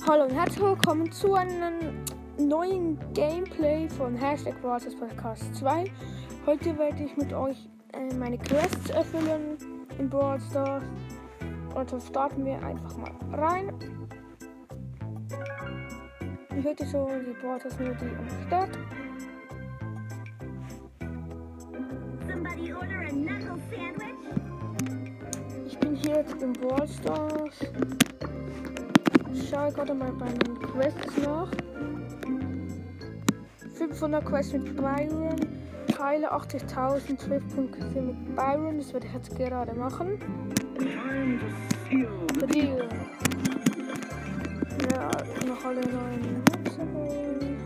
Hallo und herzlich willkommen zu einem neuen Gameplay von Brawl Stars Podcast 2. Heute werde ich mit euch meine Quests erfüllen in Brawl Stars. Und dann starten wir einfach mal rein. Ich hörte so die Brawl Stars Melodie am Start. Ich bin hier jetzt in Brawl Stars. Ich schaue gerade mal bei meinen Quests nach. 500 Quests mit Byron, Teile 80.000 Treffpunkte mit Byron, das werde ich jetzt gerade machen. Deal. Ja, noch alle neuen Hexen.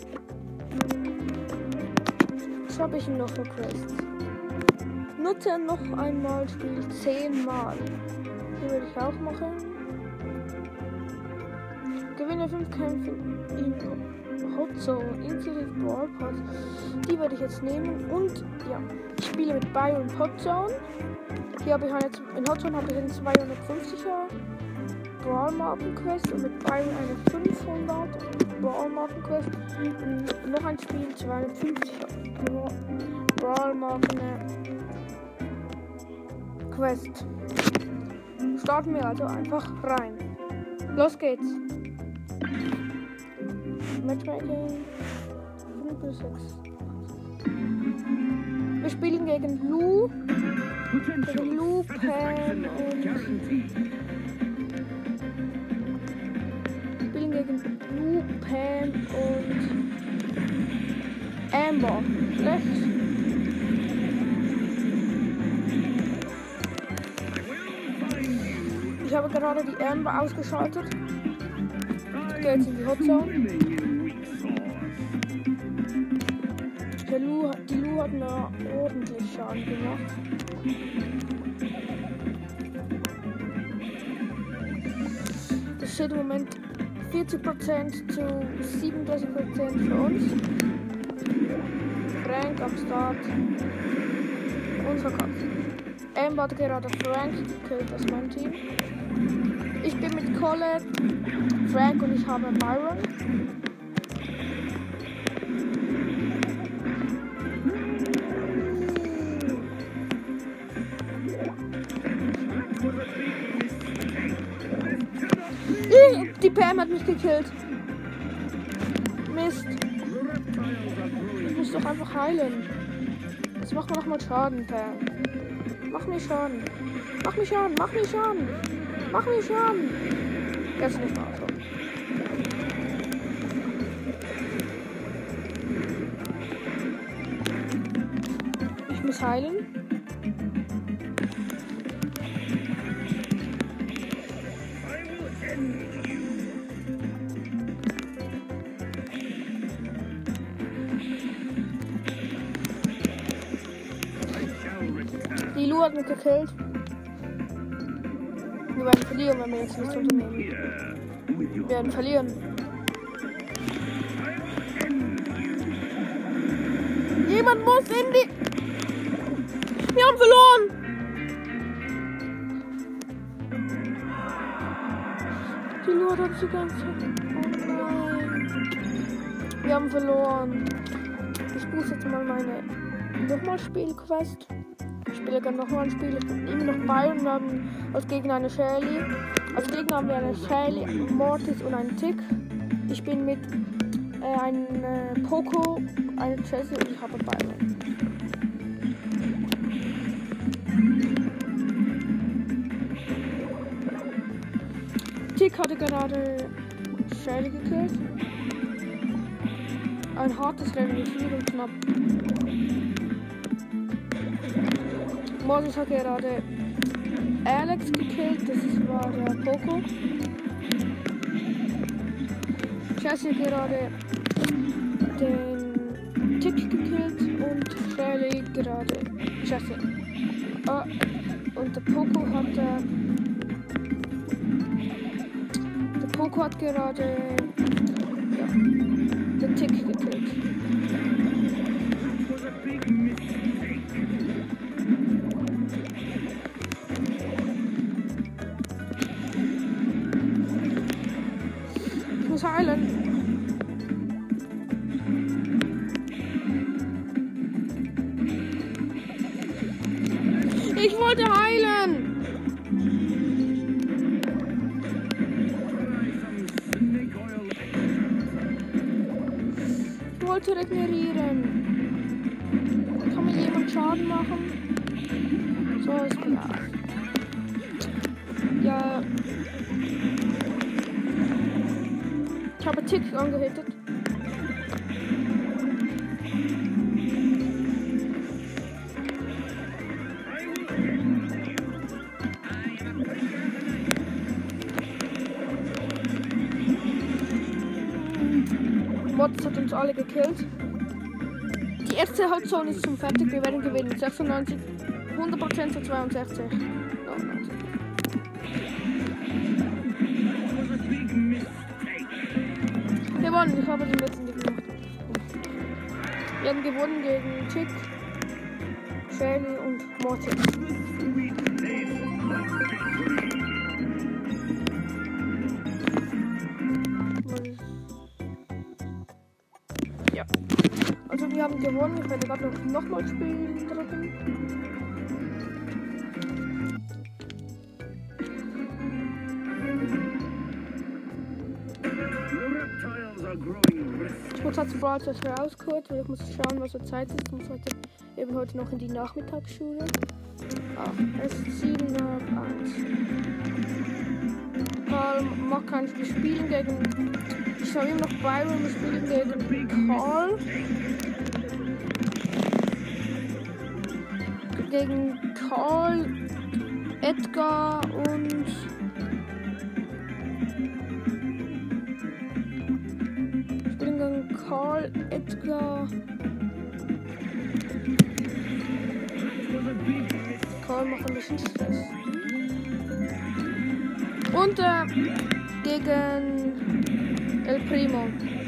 Was habe ich noch für Quests? Nutze noch einmal Spiel 10 Mal. Die würde ich auch machen. Gewinne 5 Kämpfe in Hot Zone, inklusive Brawl Pass. Die werde ich jetzt nehmen. Und ja, ich spiele mit Byron Hot Zone. Hier habe ich jetzt, in Hot Zone habe ich einen 250er Brawl Marken Quest und mit Byron eine 500 Brawl Marken Quest. Und noch ein Spiel 250er Brawl Marken Quest. Starten wir also einfach rein. Los geht's. Matchmaking 5 bis 6. Wir spielen gegen Lu, Pam und Amber. Schlecht. Ich habe gerade die Amber ausgeschaltet. Ich gehe jetzt in die Hot Zone. Die Lu hat mir ordentlich Schaden gemacht. Es steht im Moment 40% zu 37% für uns. Frank am Start. Und verkackt. Amber hat gerade Frank gekillt, das ist mein Team. Ich bin mit Colette, Frank und ich habe Byron. Die Pam hat mich gekillt. Mist. Ich muss doch einfach heilen. Jetzt macht man noch mal Schaden, Pam. Mach mir Schaden. Mach mir Schaden. Mach mir Schaden. Mach mir Schaden. Jetzt nicht mal so. Ich muss heilen. Die Lu hat mich gekillt. Wir werden verlieren, wenn wir jetzt nichts unternehmen. Wir werden verlieren. Jemand muss in die... Wir haben verloren! Die Lu hat uns die ganze Zeit... Oh nein. Wir haben verloren. Ich booste jetzt mal meine... Nochmal Spielquest. Ich spiele gerne nochmal ein Spiel. Ich bin immer noch Byron. Wir haben als Gegner eine Shelly. Als Gegner haben wir eine Shelly, Mortis und einen Tick. Ich bin mit einem Poco, eine Jessie und ich habe Byron. Tick hatte gerade Shelly gekillt. Ein hartes Rennen mit viel und knapp. Mortis hat gerade Alex gekillt, das war der Poco. Jessie hat gerade den Tick gekillt und Shelly gerade Jessie. Und der Poco hat gerade den Tick gekillt. heilen. Ich wollte heilen. Ich wollte regenerieren. Kann mir jemand Schaden machen? So ist klar. Ja. Ich habe Tick angehittet. Mods hat uns alle gekillt. Die erste Hauptzone ist schon fertig. Wir werden gewinnen. 96, 100% zu 62. 99. Gewonnen. Ich habe den letzten nicht gemacht. Wir haben gewonnen gegen Tick, Shelly und Mortis. Ja. Also wir haben gewonnen. Ich werde gerade nochmal spielen drücken. Ich muss jetzt Brawl Stars rauskurz, weil ich muss schauen, was für Zeit ist. Ich muss heute noch in die Nachmittagsschule. Es ist 7:01. Karl mag kein Spiel spielen gegen. Ich habe immer noch Byron, wir spielen gegen Karl. Gegen Karl, Edgar und Karl, Edgar. Karl macht ein bisschen Stress. Und gegen El Primo.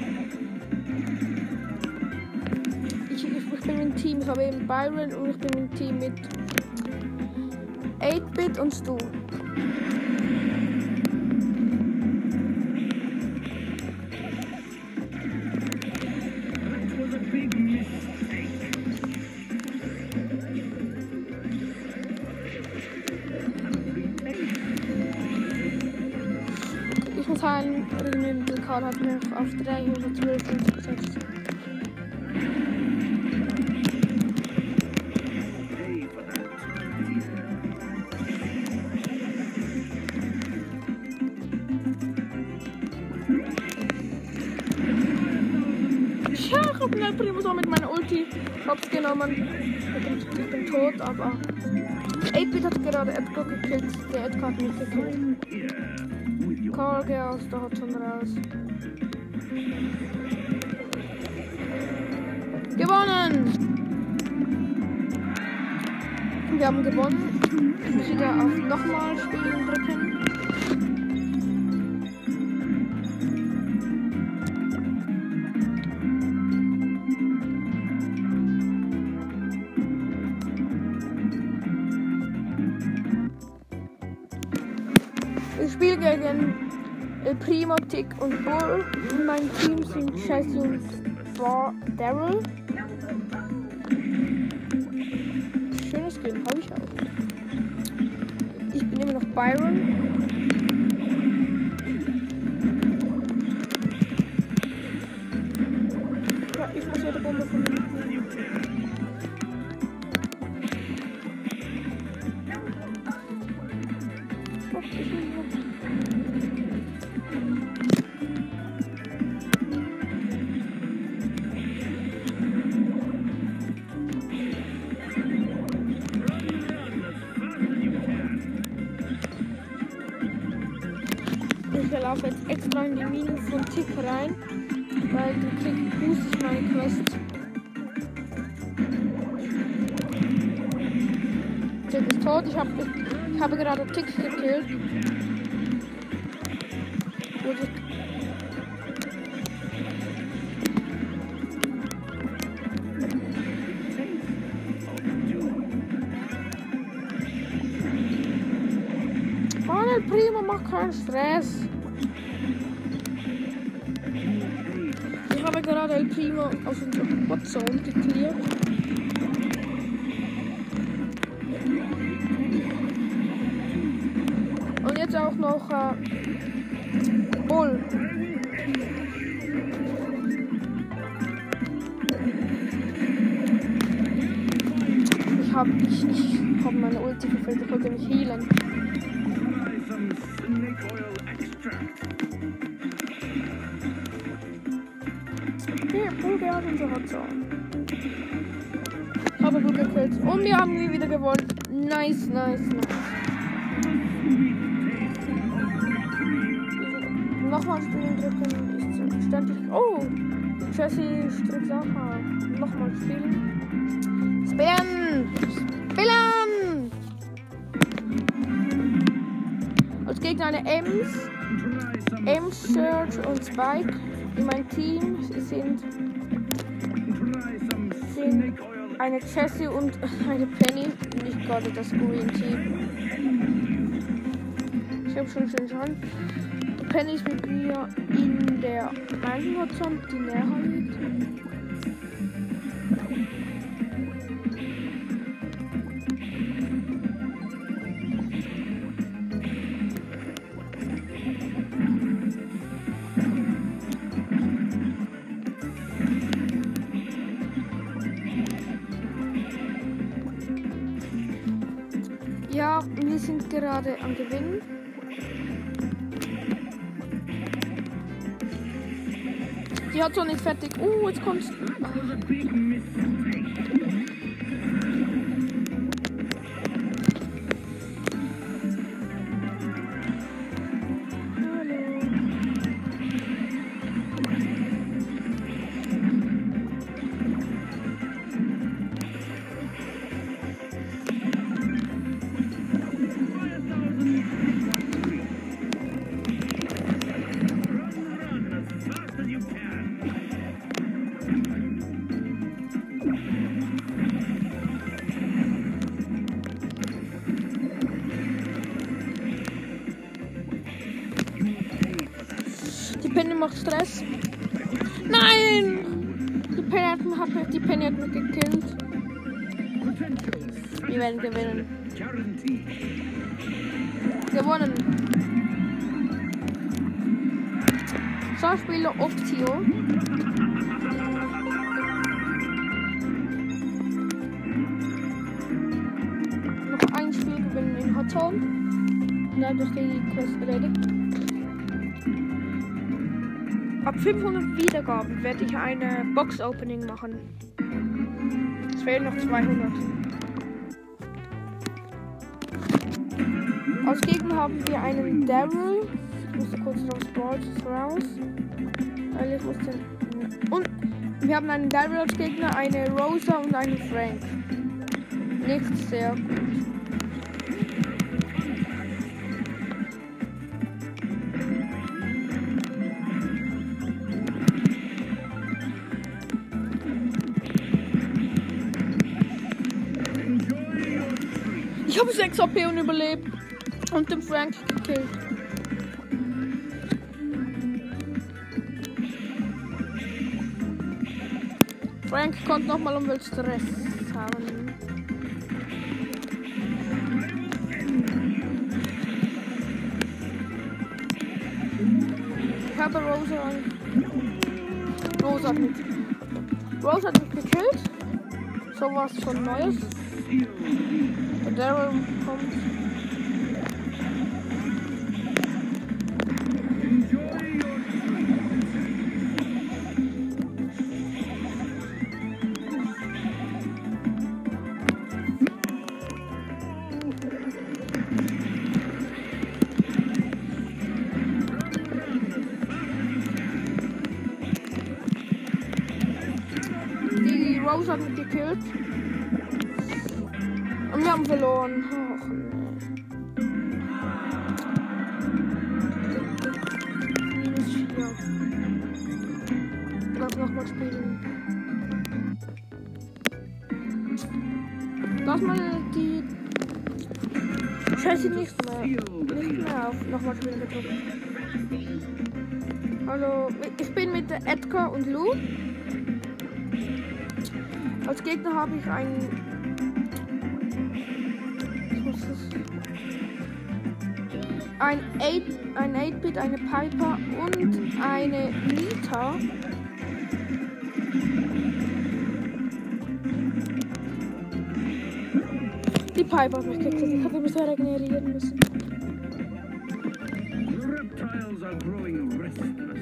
Ich bin im Team, ich habe eben Byron und ich bin im Team mit 8-Bit und Stu. Zahlen der Karl hat mich auf 312 gesetzt. Ja, ich hab den Primo so mit meiner Ulti hops genommen. Ich bin tot, aber 8-Bit hat gerade Edgar gekillt. Der Edgar hat mich gekillt. Karl, geh aus, da hat schon raus. Gewonnen! Wir haben gewonnen. Ich muss wieder auf nochmal spielen drücken. Ich spiele gegen El Primo, Tick und Bull. Mein Team sind Chelsea und Daryl. Schönes Skin, habe ich auch. Ich bin immer noch Byron. Ja, ich muss ja die Bombe von mir. Ich laufe jetzt extra in die Mine von Tick rein, weil du kriegst Boost meine Quest. Tick ist tot, ich habe gerade Tick gekillt. Mann, El Primo macht keinen Stress. gerade El Primo aus unserer Hotzone geklärt. Und jetzt auch noch Bull. Ich hab meine Ulti verfehlt, ich wollte mich healen. Hier, Bull, der hat unsere Hotzone. Ich habe gut gekillt. Und wir haben nie wieder gewonnen. Nice. Nochmal spielen drücken ist selbstverständlich. Oh! Jessie drückt auch mal. Nochmal spielen. Spielen! Als Gegner eine Ems, Surge und Spike. In meinem Team sind eine Jessie und eine Penny. Nicht gerade das Green Team. Ich habe schon. Penny ist mit mir in der Eisenhotzone, die näher liegt. Ja, wir sind gerade am Gewinnen. Die hat so nicht fertig. Jetzt kommt's. Die Penny macht Stress. Nein! Die Penny hat mich gekillt. Wir werden gewinnen. Gewonnen. Schauspieler Optio. Noch ein Spiel gewinnen in Hotzone. Und dann durch die Quest erledigt. Ab 500 Wiedergaben werde ich eine Box-Opening machen. Es fehlen noch 200. Als Gegner haben wir einen Daryl. Ich musste kurz raus. Weil ich musste. Und wir haben einen Daryl als Gegner, eine Rosa und einen Frank. Nicht sehr gut. Ich habe 6 AP und überlebt. Und den Frank gekillt. Frank kommt nochmal und will Stress haben. Ich habe Rosa hat mich gekillt. So was schon Neues. Der Daryl kommt. Die Rose hat mich gekillt. Und wir haben verloren. Och, nee. -4. Lass nochmal spielen. Lass mal die Scheiße nicht mehr auf nochmal spielen gedrückt. Also, ich bin mit Edgar und Lou. Als Gegner habe ich einen. Ein 8-Bit, eine Piper und eine Nita. Die Piper hat mich gekriegt. Ich habe mich so regenerieren müssen. Reptiles are growing restless.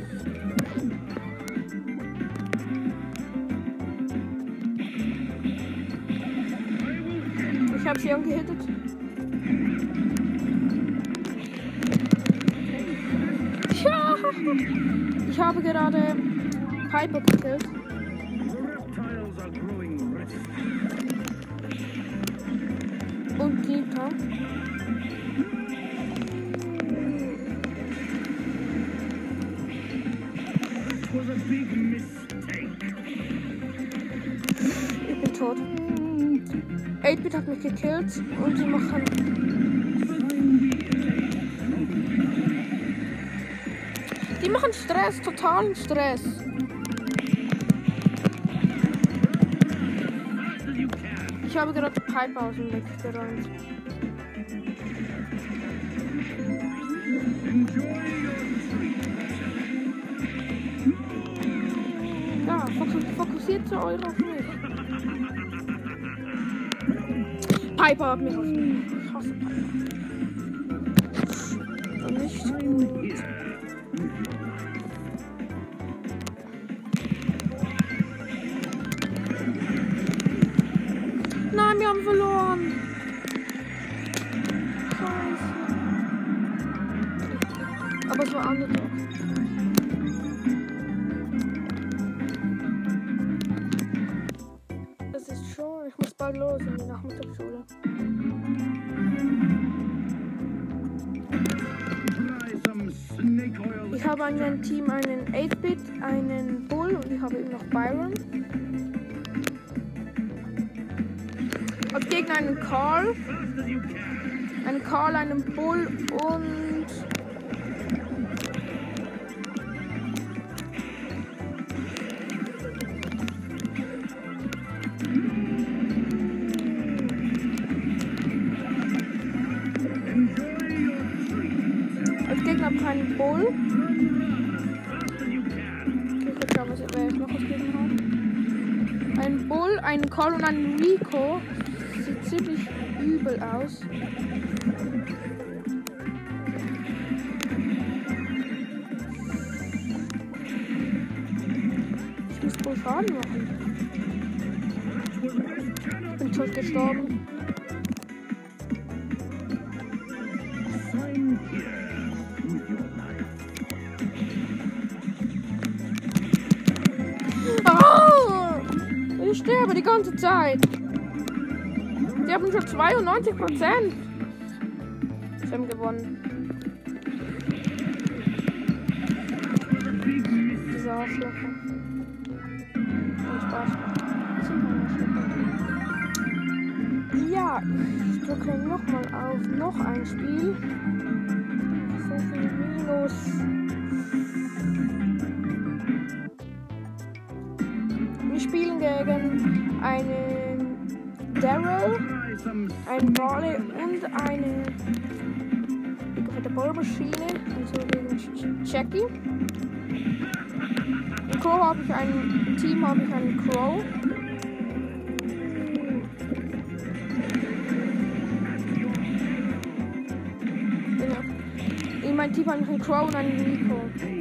Ich habe sie angehittet. Ja! Ich habe gerade Piper gekillt. Reptiles are growing restless. Und Nita. It was a big mistake. Ich bin tot. 8-Bit hat mich gekillt und sie machen. Die machen Stress, totalen Stress. Ich habe gerade Piper aus dem Weg geräumt. Ja, fokussiert zu eure auf mich. Piper hat mich auf mich. Ich hasse Piper. Und nicht gut. Nein, wir haben verloren. Scheiße. Aber es war Underdog. Es ist schon. Ich muss bald los in die Nachmittagsschule. Ich habe in meinem Team einen 8-Bit, einen Bull und ich habe eben noch Byron. Als Gegner einen Karl. Einen Karl, einen Bull und als Gegner habe ich einen Bull. Okay, ich schaue, wer ich noch als Gegner habe. Ein Bull, einen Karl und einen Rico. Sieht ziemlich übel aus. Ich muss wohl Schaden machen. Ich bin tot gestorben. Oh! Ich sterbe die ganze Zeit. Die haben schon 92%. Sie haben gewonnen. Diese Arschlöcher. Spaß. Ja, ich drücke nochmal auf noch ein Spiel. So viel Minus. Wir spielen gegen einen Daryl, einen Barley und eine der Bohrmaschine, also gegen Jackie. Im Crow habe ich ein Team, habe ich einen Crow. Genau. In meinem Team habe ich einen Crow und einen Rico.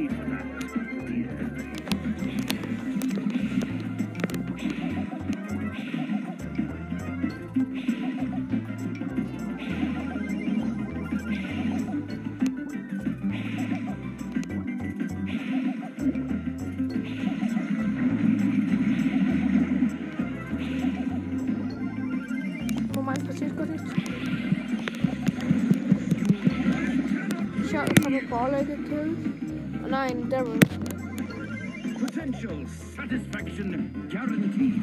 Ich habe Barley gekillt. Oh nein, Daryl. Potential satisfaction guaranteed.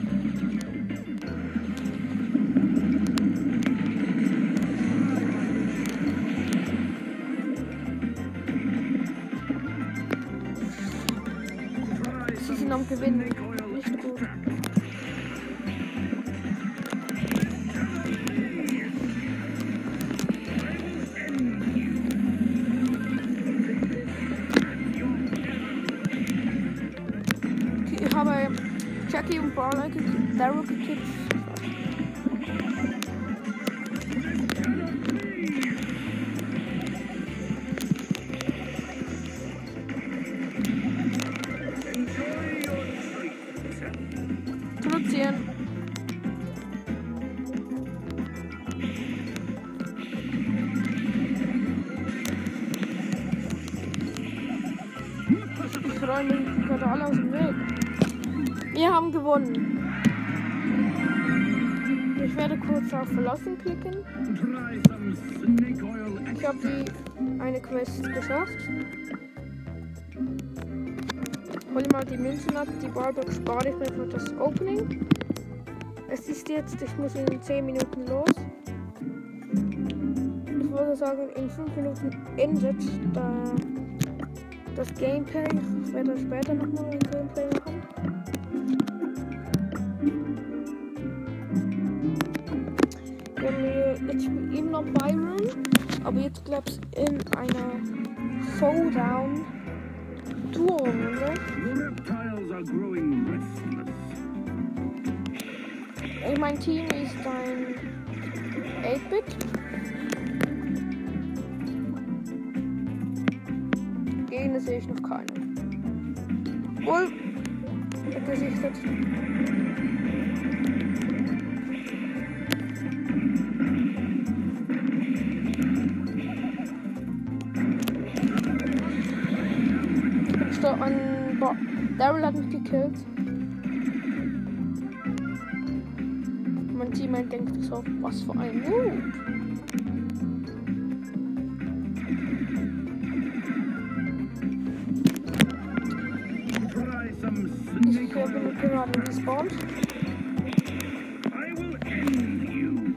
am Gewinnen. Nicht gut. Okay, ich habe Jackie und Barley Daryl gekillt. Produzieren. Die Freunde können alle aus dem Weg. Wir haben gewonnen. Ich werde kurz auf Verlassen klicken. Try some snake oil Ich habe eine Quest geschafft. Hol mal die Münzen ab. Die Barbox spare ich mir für das Opening. Es ist jetzt, ich muss in 10 Minuten los. Ich würde sagen, in 5 Minuten endet das Gameplay. Ich werde später nochmal ein Gameplay machen. Wir haben jetzt eben noch Byron, aber jetzt glaube ich in einer Showdown Duo-Runde. The reptiles are growing restless. Mein Team ist ein 8-Bit. Gegner sehe ich noch keinen. Wohl, gesichtet. Daryl hat mich gekillt. Mein Teammate denkt so, was für ein Noob. Try some Ich snake oil. bin gerade respawned. I will end you.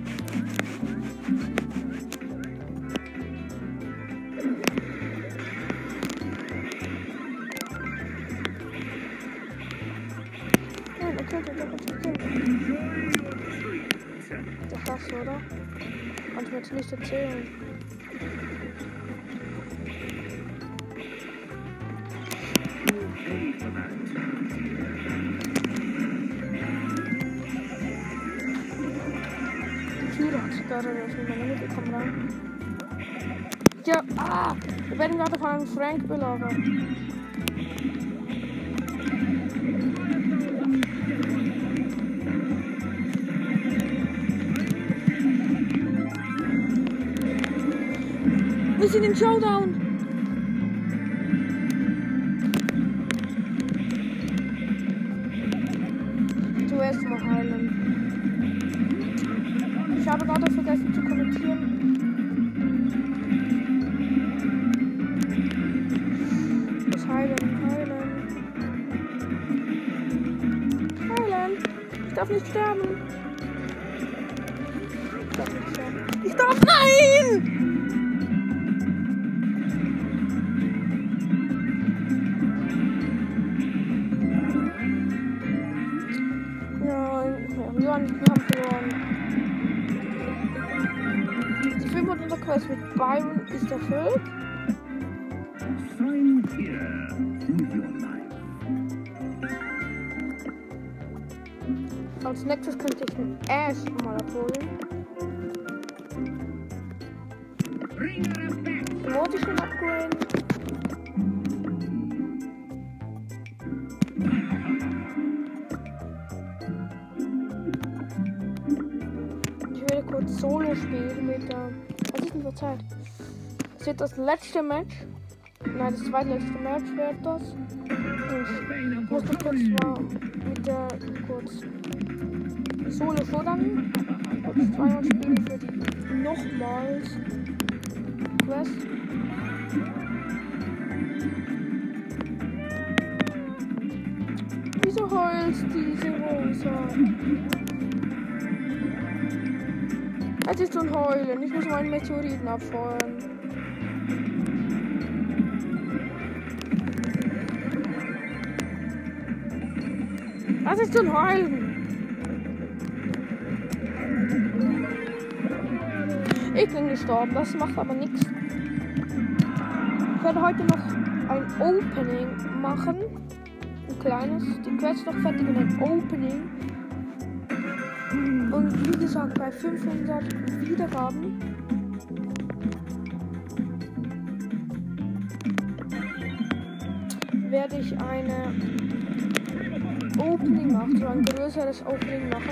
Enjoy your treat. Der Hass, oder? Und ich will nicht erzählen. You'll pay for that. Die Tür hat sich gerade öffnet, meine Mutter kommt rein. Ja, wir werden gerade von einem Frank belagert. Wir sind im Showdown. Zuerst mal heilen. Ich habe gerade vergessen zu kommentieren. Das heilen. Ich darf nicht sterben. Ich darf nein! Wir haben verloren. Die 500er Quest mit Byron ist erfüllt. Sign here with your life. Als nächstes könnte ich den Ash mal abholen. Emotischen upgraden. Kurz Solo spielen mit der. Was ist denn für Zeit? Es wird das letzte Match. Nein, das zweitletzte Match wird das. Ich muss noch kurz mal mit der kurz Solo Showdown. Kurz zweimal spielen für die nochmals Quest. Wieso heulst diese Rosa? Es ist schon heulen. Ich muss meinen Meteoriten abfeuern. Was ist zum Heulen? Ich bin gestorben, das macht aber nichts. Ich werde heute noch ein Opening machen. Ein kleines. Die Quest noch fertig und ein Opening. Und wie gesagt, bei 500 Wiedergaben werde ich eine Opening machen, so ein größeres Opening machen.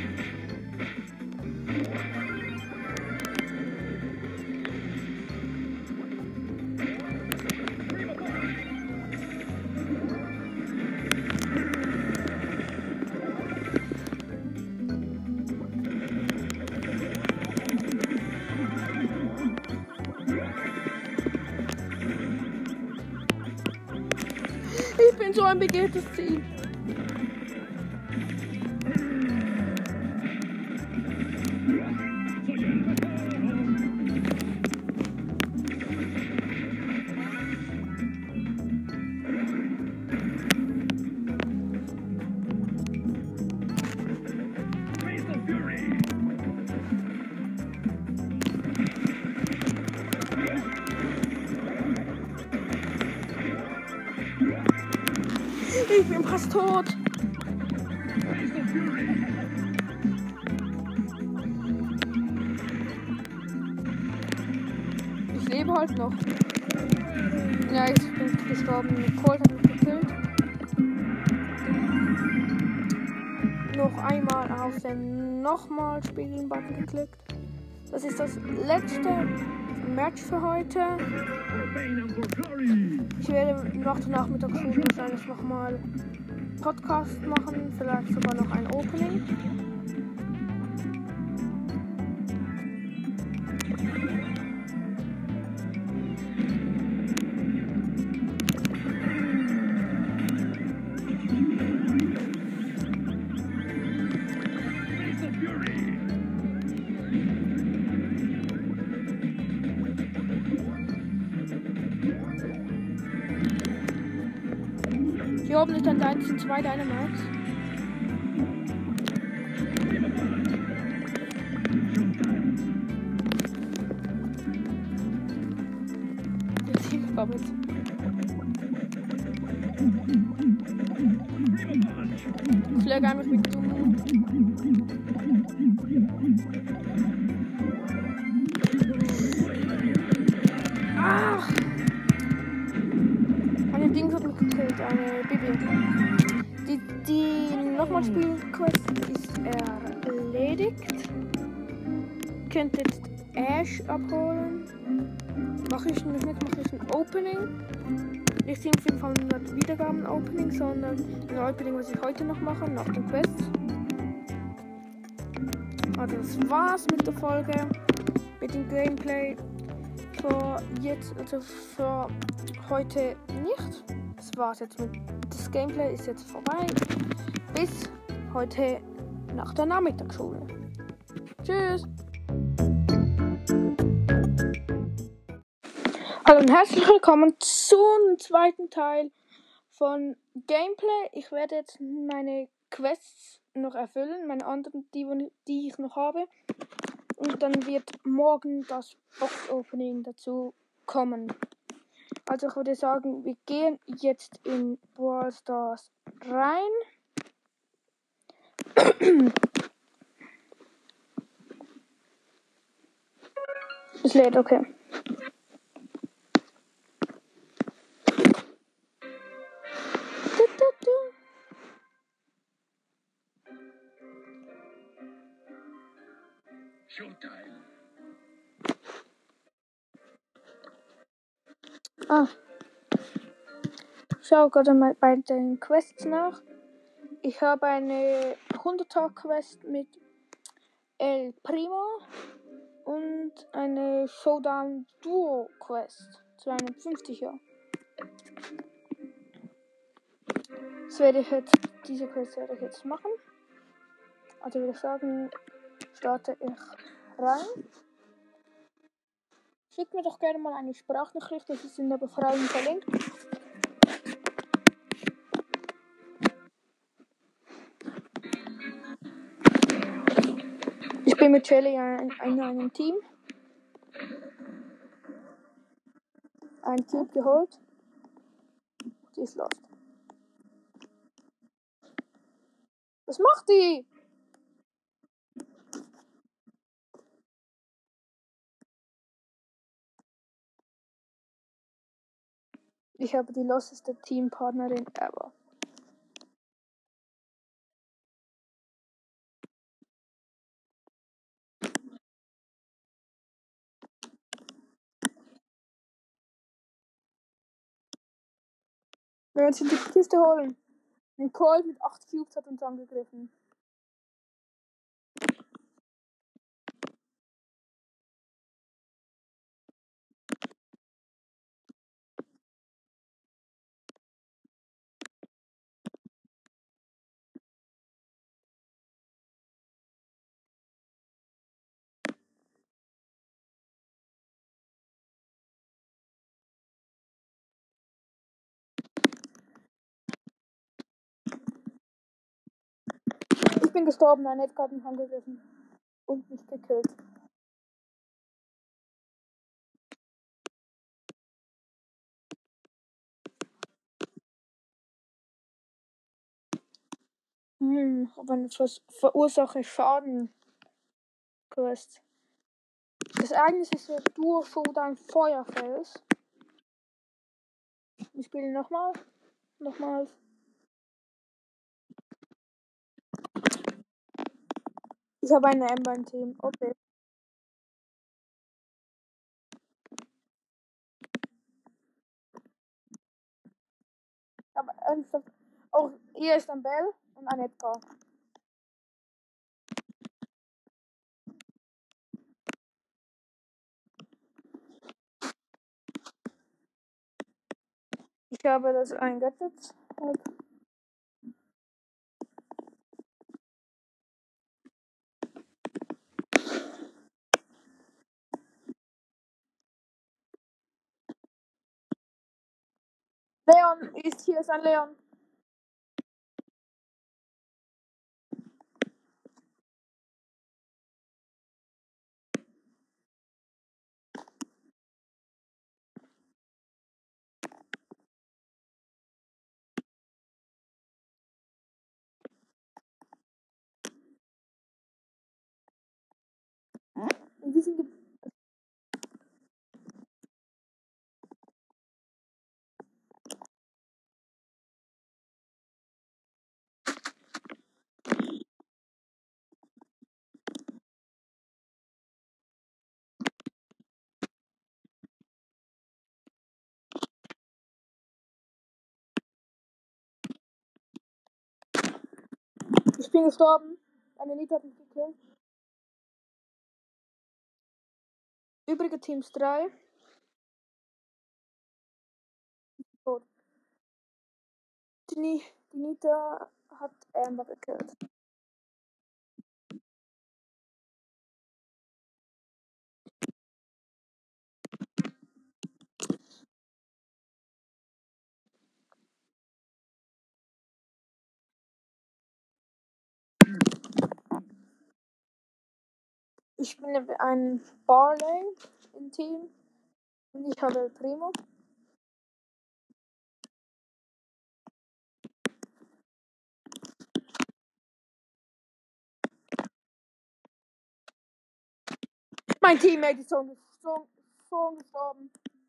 Ich bin so ein begehrtes Ziel. Ich bin fast tot. Ich lebe halt noch. Ja, ich bin gestorben. Colt hat mich gekillt. Noch einmal auf den nochmal Spielen-Button geklickt. Das ist das letzte Match für heute. Ich werde nach der Nachmittagsschule wahrscheinlich nochmal Podcast machen, vielleicht sogar noch ein Opening. Hier oben ist dann 1 zu 2 Dynamites. Jetzt hier gebabbelt. Ich schlage einfach mit dumm. Ach! Eine Dings hat mich gekillt, eine Bibi. Die nochmal Spielquest ist erledigt. Könnt jetzt Ash abholen. Mache ich nicht mit, mache ich ein Opening. Nicht 500 Wiedergaben Opening, sondern ein Opening, was ich heute noch mache, nach den Quests. Also das war's mit der Folge, mit dem Gameplay. Für jetzt, also für heute nicht. Das war's jetzt mit. Das Gameplay ist jetzt vorbei. Bis heute nach der Nachmittagsschule. Tschüss. Hallo und herzlich willkommen zum zweiten Teil von Gameplay. Ich werde jetzt meine Quests noch erfüllen, meine anderen, die ich noch habe. Und dann wird morgen das Box-Opening dazu kommen. Also ich würde sagen, wir gehen jetzt in Brawl Stars rein. Es lädt, okay. Showtime. Schau gerade mal bei den Quests nach. Ich habe eine 100er-Quest mit El Primo und eine Showdown Duo Quest 250er. Diese Quest werde ich jetzt machen. Also würde ich sagen, starte ich rein. Schickt mir doch gerne mal eine Sprachnachricht, das ist in der Beschreibung verlinkt. bin mit Shelly in einem Team. Ein Cube geholt. Die ist lost. Was macht die? Ich habe die losteste Teampartnerin ever. Wir werden uns die Kiste holen. Ein Colt mit 8 Cubes hat uns angegriffen. Ich bin gestorben, ein Edgar hat mich angegriffen. Und mich gekillt. Aber eine verursache Schaden Quest. Das Ereignis ist ja durch Showdown Feuerfels. Ich spiele nochmal. Nochmals. Ich habe eine Ember im Team. Okay. Aber ernsthaft. Auch hier ist ein Bell und ein Edgar. Ich habe das eingettet. Leon ist hier, ist ein Leon. In diesem Gebiet. Ich bin gestorben. Eine Nita hat mich gekillt. Übrige Teams 3. Tot. Die Nita hat Amber gekillt. Ich bin ein Barley im Team. Und ich habe Primo. Mein Teammate ist schon gestorben.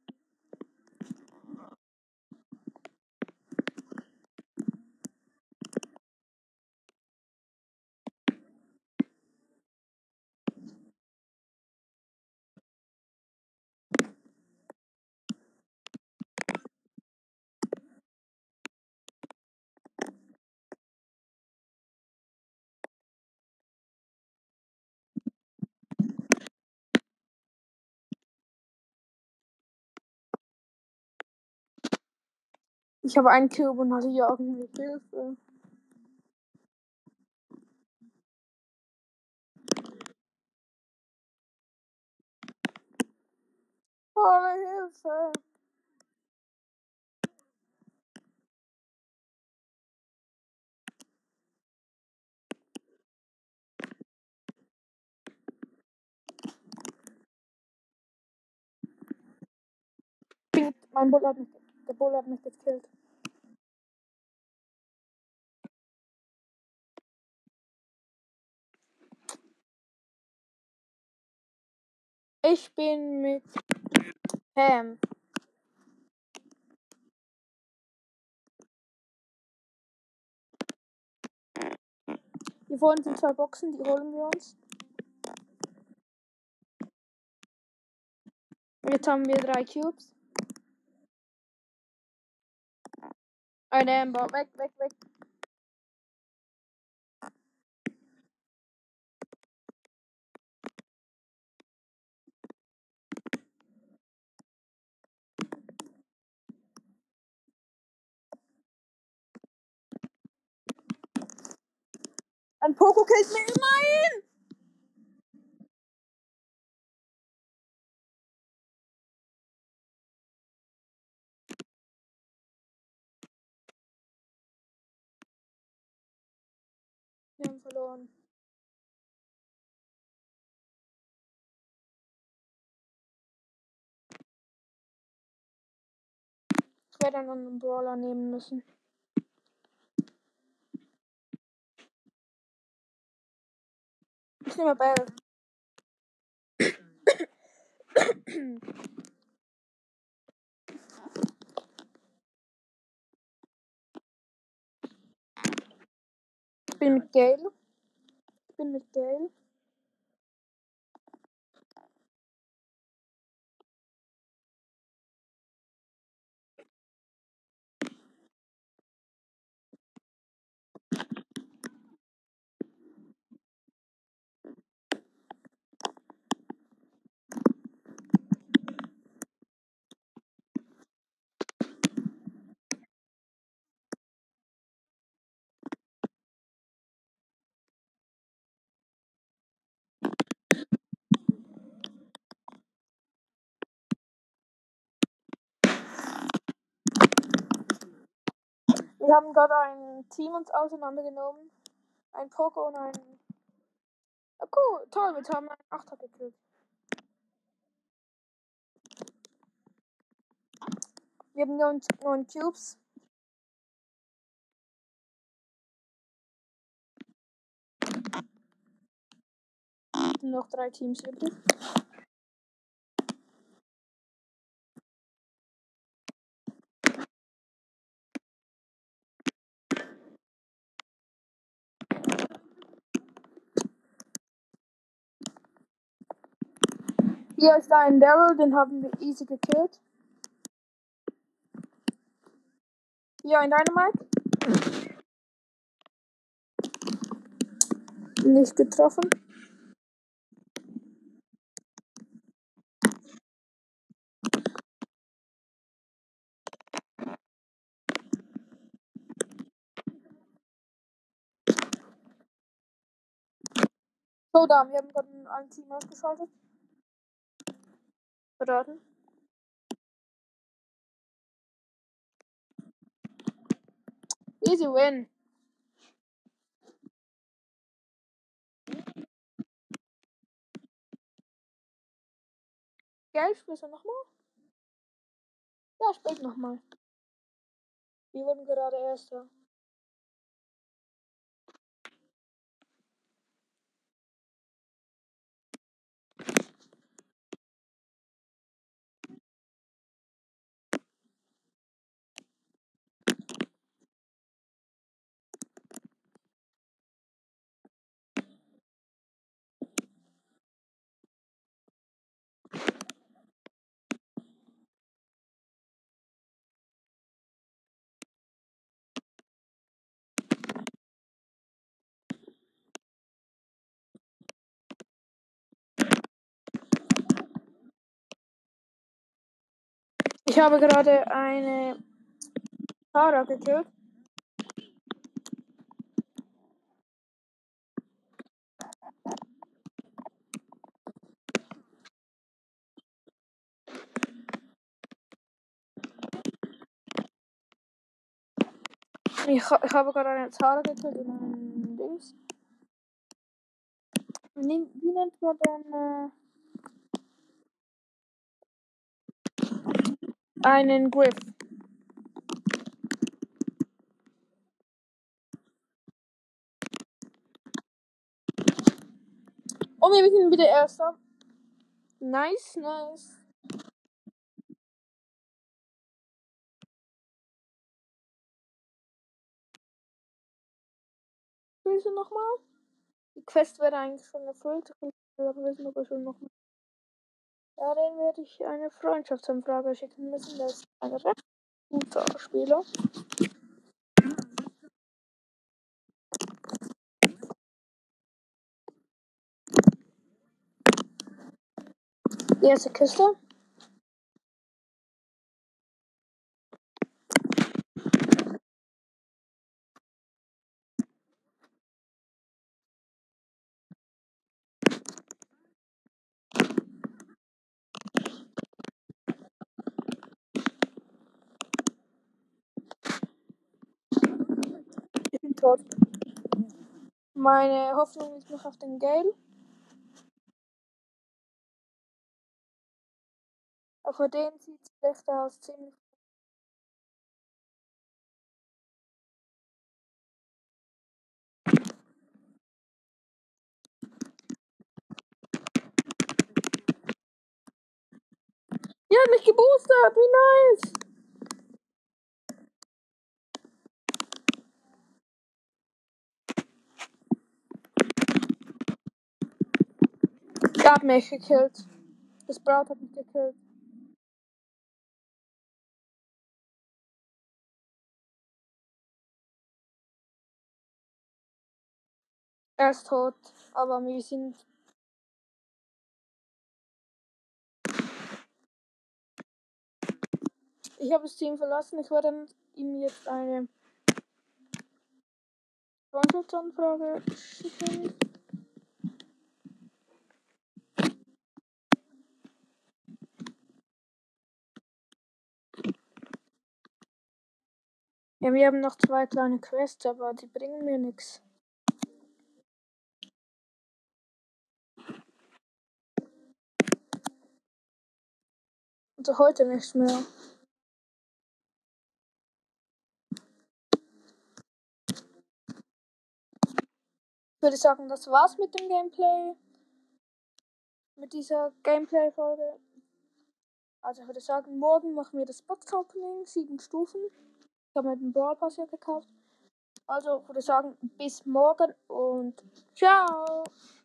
Ich habe einen Cube und hatte jagen mit Hilfe. Hilfe! Der Bull hat mich gekillt. Ich bin mit Pam. Hier vorne sind 2 Boxen, die holen wir uns. Jetzt haben wir 3 Cubes. Ein Amber. Weg, weg, weg. Ein Poco killt mich. Nein! Wir haben verloren. Ich werde einen anderen Brawler nehmen müssen. Ich nehme Bell. Ich bin mit Gale. Wir haben gerade ein Team uns auseinandergenommen. Ein Poco und ein... Oh, cool, toll, wir haben einen 8er gekillt. Wir haben 9 Cubes. Noch 3 Teams übrig. Hier ist ein Daryl, den haben wir easy gekillt. Hier ein Dynamite. Nicht getroffen. So, da, wir haben gerade ein Team ausgeschaltet. Beraten. Easy win. Geld, spielst du nochmal? Ja, spielt nochmal. Wir wurden gerade Erster. Ich habe gerade eine Tara gekillt. Ich habe gerade eine Tara gekillt in einem Dings. Wie nennt man denn? einen Griff. Und wir sind wieder Erster. Nice, nice. Willst du nochmal? Die Quest wäre eigentlich schon erfüllt. Ich will aber wissen, ob er schon nochmal. Ja, den werde ich eine Freundschaftsanfrage schicken müssen. Der ist ein recht guter Spieler. Die erste Kiste. Ich bin tot. Meine Hoffnung ist noch auf den Gale. Aber den sieht es schlecht aus. Ziemlich. Die hat mich geboostert. Wie nice. Der hat mich gekillt. Das Braut hat mich gekillt. Er ist tot. Aber wir sind. Ich habe das Team verlassen. Ich werde ihm jetzt eine Freundschaftsanfrage schicken. Ja, wir haben noch 2 kleine Quests, aber die bringen mir nichts. Also heute nichts mehr. Ich würde sagen, das war's mit dem Gameplay. Mit dieser Gameplay-Folge. Also ich würde sagen, morgen machen wir das Box-Opening. 7 Stufen. Ich habe mir den Brawl Pass ja gekauft. Also ich würde sagen, bis morgen und ciao.